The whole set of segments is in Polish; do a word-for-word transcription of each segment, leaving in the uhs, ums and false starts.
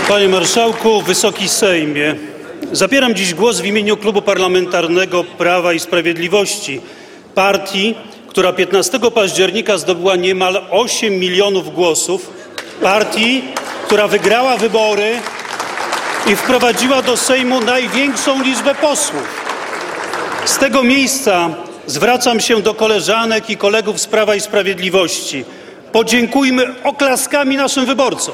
Panie Marszałku, Wysoki Sejmie, zabieram dziś głos w imieniu Klubu Parlamentarnego Prawa i Sprawiedliwości, partii, która piętnastego października zdobyła niemal osiem milionów głosów, partii, która wygrała wybory i wprowadziła do Sejmu największą liczbę posłów. Z tego miejsca zwracam się do koleżanek i kolegów z Prawa i Sprawiedliwości. Podziękujmy oklaskami naszym wyborcom.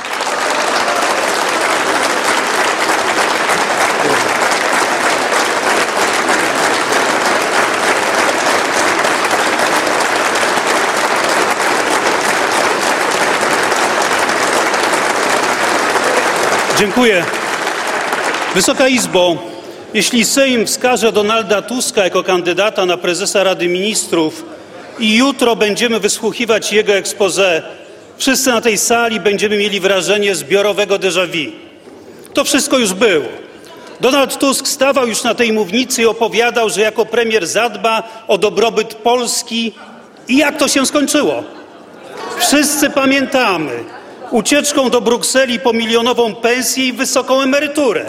Dziękuję. Wysoka Izbo, jeśli Sejm wskaże Donalda Tuska jako kandydata na prezesa Rady Ministrów i jutro będziemy wysłuchiwać jego exposé, wszyscy na tej sali będziemy mieli wrażenie zbiorowego déjà vu. To wszystko już było. Donald Tusk stawał już na tej mównicy i opowiadał, że jako premier zadba o dobrobyt Polski i jak to się skończyło. Wszyscy pamiętamy ucieczką do Brukseli po milionową pensję i wysoką emeryturę.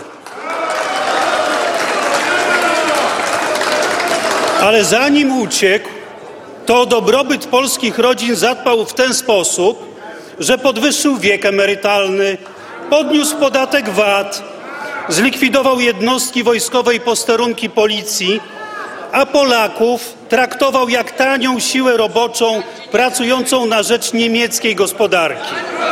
Ale zanim uciekł, to o dobrobyt polskich rodzin zadbał w ten sposób, że podwyższył wiek emerytalny, podniósł podatek V A T, zlikwidował jednostki wojskowe i posterunki policji, a Polaków traktował jak tanią siłę roboczą pracującą na rzecz niemieckiej gospodarki.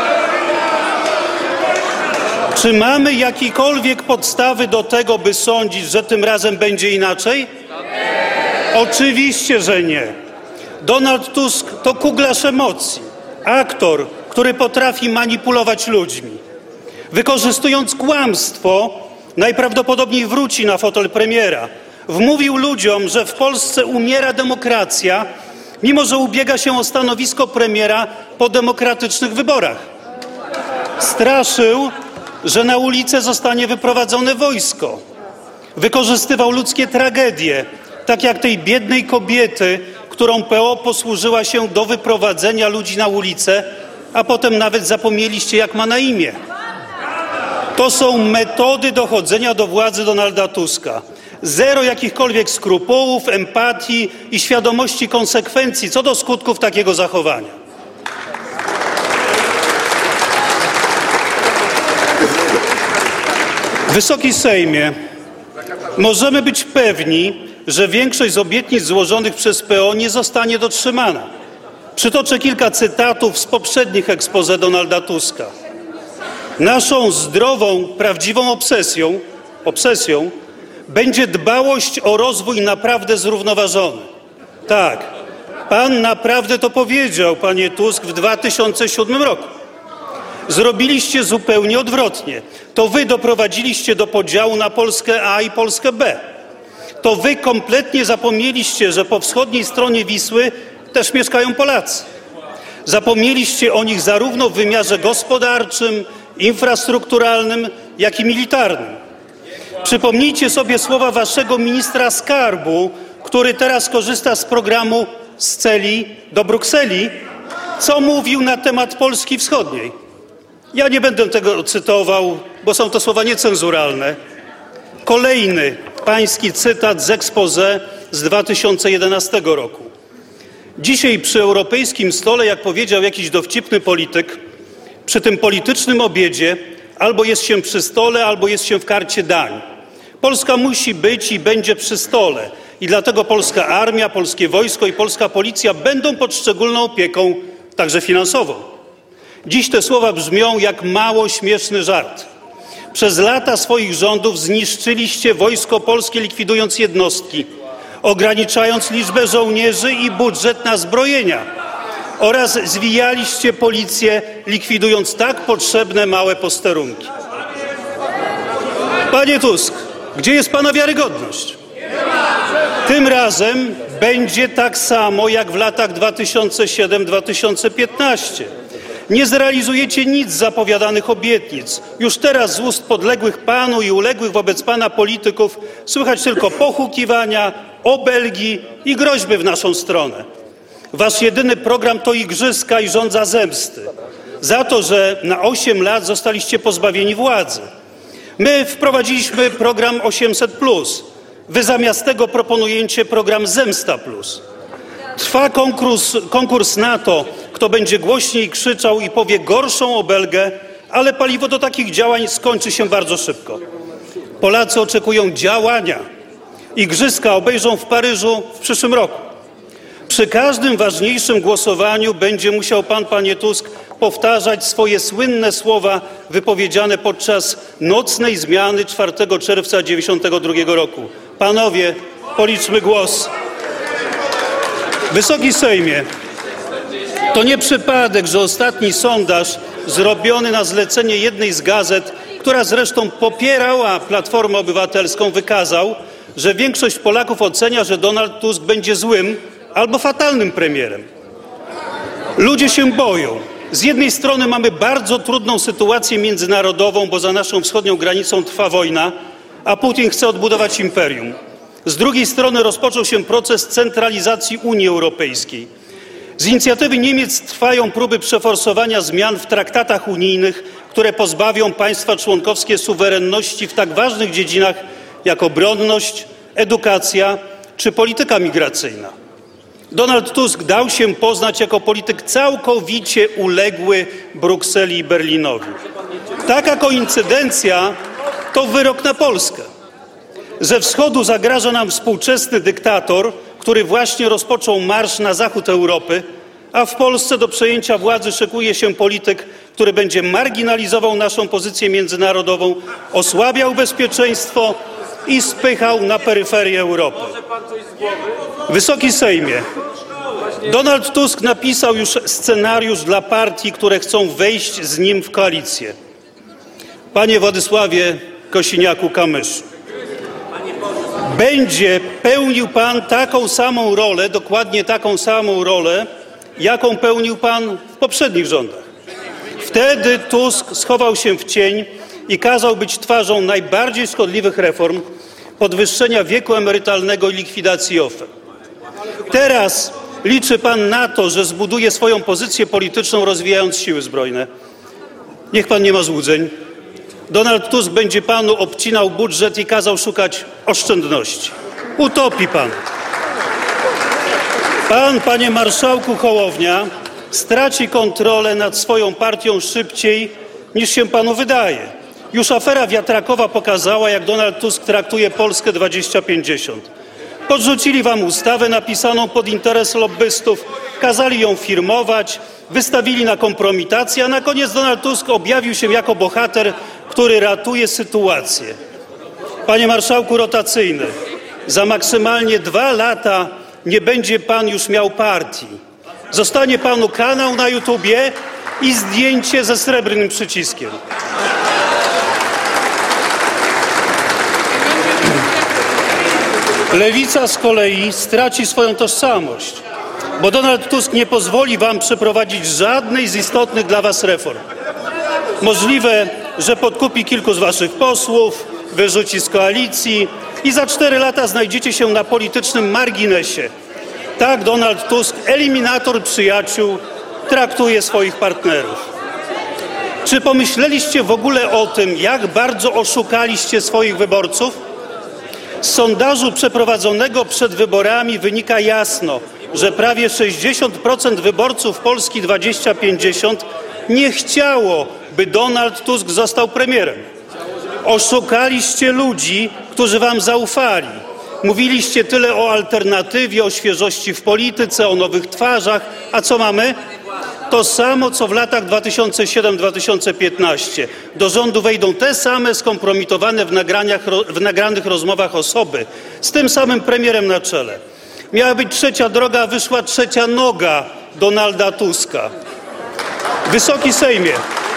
Czy mamy jakiekolwiek podstawy do tego, by sądzić, że tym razem będzie inaczej? Oczywiście, że nie. Donald Tusk to kuglarz emocji, aktor, który potrafi manipulować ludźmi. Wykorzystując kłamstwo, najprawdopodobniej wróci na fotel premiera. Wmówił ludziom, że w Polsce umiera demokracja, mimo że ubiega się o stanowisko premiera po demokratycznych wyborach. Straszył, że na ulicę zostanie wyprowadzone wojsko. Wykorzystywał ludzkie tragedie, tak jak tej biednej kobiety, którą P O posłużyła się do wyprowadzenia ludzi na ulicę, a potem nawet zapomnieliście, jak ma na imię. To są metody dochodzenia do władzy Donalda Tuska. Zero jakichkolwiek skrupułów, empatii i świadomości konsekwencji co do skutków takiego zachowania. Wysoki Sejmie, możemy być pewni, że większość z obietnic złożonych przez P O nie zostanie dotrzymana. Przytoczę kilka cytatów z poprzednich exposé Donalda Tuska. Naszą zdrową, prawdziwą obsesją, obsesją będzie dbałość o rozwój naprawdę zrównoważony. Tak, pan naprawdę to powiedział, panie Tusk, w dwa tysiące siódmym roku. Zrobiliście zupełnie odwrotnie. To wy doprowadziliście do podziału na Polskę A i Polskę B. To wy kompletnie zapomnieliście, że po wschodniej stronie Wisły też mieszkają Polacy. Zapomnieliście o nich zarówno w wymiarze gospodarczym, infrastrukturalnym, jak i militarnym. Przypomnijcie sobie słowa waszego ministra skarbu, który teraz korzysta z programu z celi do Brukseli, co mówił na temat Polski Wschodniej. Ja nie będę tego cytował, bo są to słowa niecenzuralne. Kolejny pański cytat z exposé z dwa tysiące jedenastego roku. Dzisiaj przy europejskim stole, jak powiedział jakiś dowcipny polityk, przy tym politycznym obiedzie albo jest się przy stole, albo jest się w karcie dań. Polska musi być i będzie przy stole i dlatego polska armia, polskie wojsko i polska policja będą pod szczególną opieką, także finansową. Dziś te słowa brzmią jak mało śmieszny żart. Przez lata swoich rządów zniszczyliście wojsko polskie, likwidując jednostki, ograniczając liczbę żołnierzy i budżet na zbrojenia oraz zwijaliście policję, likwidując tak potrzebne małe posterunki. Panie Tusk, gdzie jest pana wiarygodność? Tym razem będzie tak samo jak w latach dwa tysiące siódmym do dwa tysiące piętnastego. Nie zrealizujecie nic z zapowiadanych obietnic. Już teraz z ust podległych panu i uległych wobec pana polityków słychać tylko pohukiwania, obelgi i groźby w naszą stronę. Wasz jedyny program to igrzyska i żądza zemsty. za to, że na osiem lat zostaliście pozbawieni władzy. My wprowadziliśmy program osiemset plus. Wy zamiast tego proponujecie program Zemsta plus. Trwa konkurs, konkurs na to, kto będzie głośniej krzyczał i powie gorszą obelgę, ale paliwo do takich działań skończy się bardzo szybko. Polacy oczekują działania. Igrzyska obejrzą w Paryżu w przyszłym roku. Przy każdym ważniejszym głosowaniu będzie musiał pan, panie Tusk, powtarzać swoje słynne słowa wypowiedziane podczas nocnej zmiany czwartego czerwca dziewięćdziesiątego drugiego roku. Panowie, policzmy głos. Wysoki Sejmie, to nie przypadek, że ostatni sondaż zrobiony na zlecenie jednej z gazet, która zresztą popierała Platformę Obywatelską, wykazał, że większość Polaków ocenia, że Donald Tusk będzie złym albo fatalnym premierem. Ludzie się boją. Z jednej strony mamy bardzo trudną sytuację międzynarodową, bo za naszą wschodnią granicą trwa wojna, a Putin chce odbudować imperium. Z drugiej strony rozpoczął się proces centralizacji Unii Europejskiej. Z inicjatywy Niemiec trwają próby przeforsowania zmian w traktatach unijnych, które pozbawią państwa członkowskie suwerenności w tak ważnych dziedzinach jak obronność, edukacja czy polityka migracyjna. Donald Tusk dał się poznać jako polityk całkowicie uległy Brukseli i Berlinowi. Taka koincydencja to wyrok na Polskę. Ze wschodu zagraża nam współczesny dyktator, który właśnie rozpoczął marsz na zachód Europy, a w Polsce do przejęcia władzy szykuje się polityk, który będzie marginalizował naszą pozycję międzynarodową, osłabiał bezpieczeństwo i spychał na peryferię Europy. Wysoki Sejmie, Donald Tusk napisał już scenariusz dla partii, które chcą wejść z nim w koalicję. Panie Władysławie Kosiniaku-Kamyszu, będzie pełnił pan taką samą rolę, dokładnie taką samą rolę, jaką pełnił pan w poprzednich rządach. Wtedy Tusk schował się w cień i kazał być twarzą najbardziej szkodliwych reform, podwyższenia wieku emerytalnego i likwidacji O F E. Teraz liczy pan na to, że zbuduje swoją pozycję polityczną, rozwijając siły zbrojne. Niech pan nie ma złudzeń. Donald Tusk będzie panu obcinał budżet i kazał szukać oszczędności. Utopi pan. Pan, panie marszałku Hołownia, straci kontrolę nad swoją partią szybciej, niż się panu wydaje. Już afera wiatrakowa pokazała, jak Donald Tusk traktuje Polskę dwadzieścia pięćdziesiąt. Podrzucili wam ustawę napisaną pod interes lobbystów, kazali ją firmować, wystawili na kompromitację, a na koniec Donald Tusk objawił się jako bohater, który ratuje sytuację. Panie marszałku rotacyjny, za maksymalnie dwa lata nie będzie pan już miał partii. Zostanie panu kanał na YouTubie i zdjęcie ze srebrnym przyciskiem. Lewica z kolei straci swoją tożsamość, bo Donald Tusk nie pozwoli wam przeprowadzić żadnej z istotnych dla was reform. Możliwe, że podkupi kilku z waszych posłów, wyrzuci z koalicji i za cztery lata znajdziecie się na politycznym marginesie. Tak Donald Tusk, eliminator przyjaciół, traktuje swoich partnerów. Czy pomyśleliście w ogóle o tym, jak bardzo oszukaliście swoich wyborców? Z sondażu przeprowadzonego przed wyborami wynika jasno, że prawie sześćdziesiąt procent wyborców Polski dwadzieścia pięćdziesiąt nie chciało, by Donald Tusk został premierem. Oszukaliście ludzi, którzy wam zaufali. Mówiliście tyle o alternatywie, o świeżości w polityce, o nowych twarzach. A co mamy? To samo, co w latach dwa tysiące siódmym do dwa tysiące piętnastego. Do rządu wejdą te same skompromitowane w, nagraniach, w nagranych rozmowach osoby, z tym samym premierem na czele. Miała być trzecia droga, a wyszła trzecia noga Donalda Tuska. Wysoki Sejmie,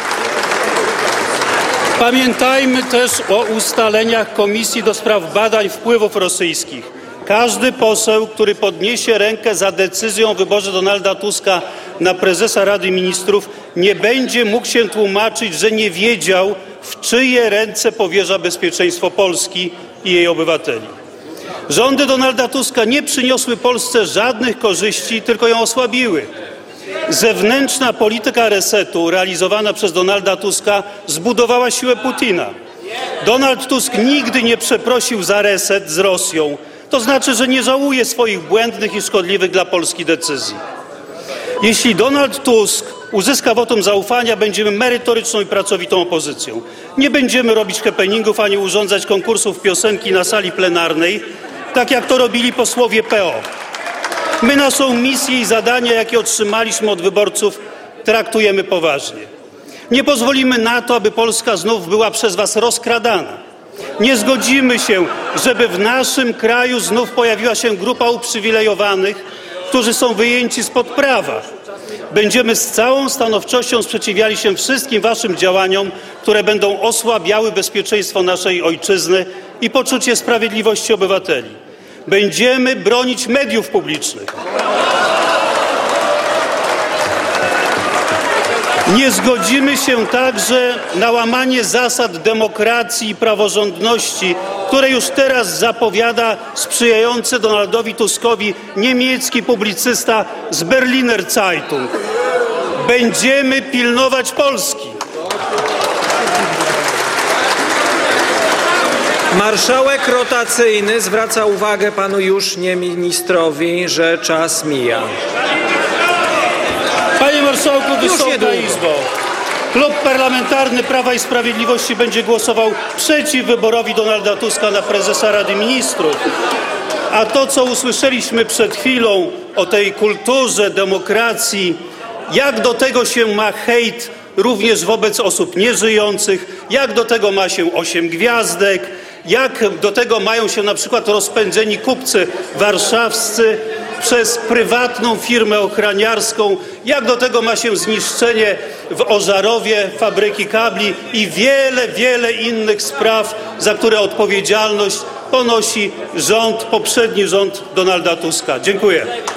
pamiętajmy też o ustaleniach Komisji do Spraw Badań Wpływów Rosyjskich. Każdy poseł, który podniesie rękę za decyzją o wyborze Donalda Tuska na prezesa Rady Ministrów, nie będzie mógł się tłumaczyć, że nie wiedział, w czyje ręce powierza bezpieczeństwo Polski i jej obywateli. Rządy Donalda Tuska nie przyniosły Polsce żadnych korzyści, tylko ją osłabiły. Zewnętrzna polityka resetu realizowana przez Donalda Tuska zbudowała siłę Putina. Donald Tusk nigdy nie przeprosił za reset z Rosją. To znaczy, że nie żałuje swoich błędnych i szkodliwych dla Polski decyzji. Jeśli Donald Tusk uzyska wotum zaufania, będziemy merytoryczną i pracowitą opozycją. Nie będziemy robić happeningów ani urządzać konkursów piosenki na sali plenarnej, tak jak to robili posłowie P O. My naszą misję i zadania, jakie otrzymaliśmy od wyborców, traktujemy poważnie. Nie pozwolimy na to, aby Polska znów była przez was rozkradana. Nie zgodzimy się, żeby w naszym kraju znów pojawiła się grupa uprzywilejowanych, którzy są wyjęci spod prawa. Będziemy z całą stanowczością sprzeciwiali się wszystkim waszym działaniom, które będą osłabiały bezpieczeństwo naszej ojczyzny i poczucie sprawiedliwości obywateli. Będziemy bronić mediów publicznych. Nie zgodzimy się także na łamanie zasad demokracji i praworządności, które już teraz zapowiada sprzyjający Donaldowi Tuskowi niemiecki publicysta z Berliner Zeitung. Będziemy pilnować Polski. Marszałek rotacyjny zwraca uwagę panu już nie ministrowi, że czas mija. Panie Marszałku, Wysoka Izbo, Klub Parlamentarny Prawa i Sprawiedliwości będzie głosował przeciw wyborowi Donalda Tuska na prezesa Rady Ministrów. A to, co usłyszeliśmy przed chwilą o tej kulturze demokracji, jak do tego się ma hejt również wobec osób nieżyjących, jak do tego ma się osiem gwiazdek, jak do tego mają się na przykład rozpędzeni kupcy warszawscy przez prywatną firmę ochroniarską, jak do tego ma się zniszczenie w Ożarowie fabryki kabli i wiele, wiele innych spraw, za które odpowiedzialność ponosi rząd, poprzedni rząd Donalda Tuska. Dziękuję.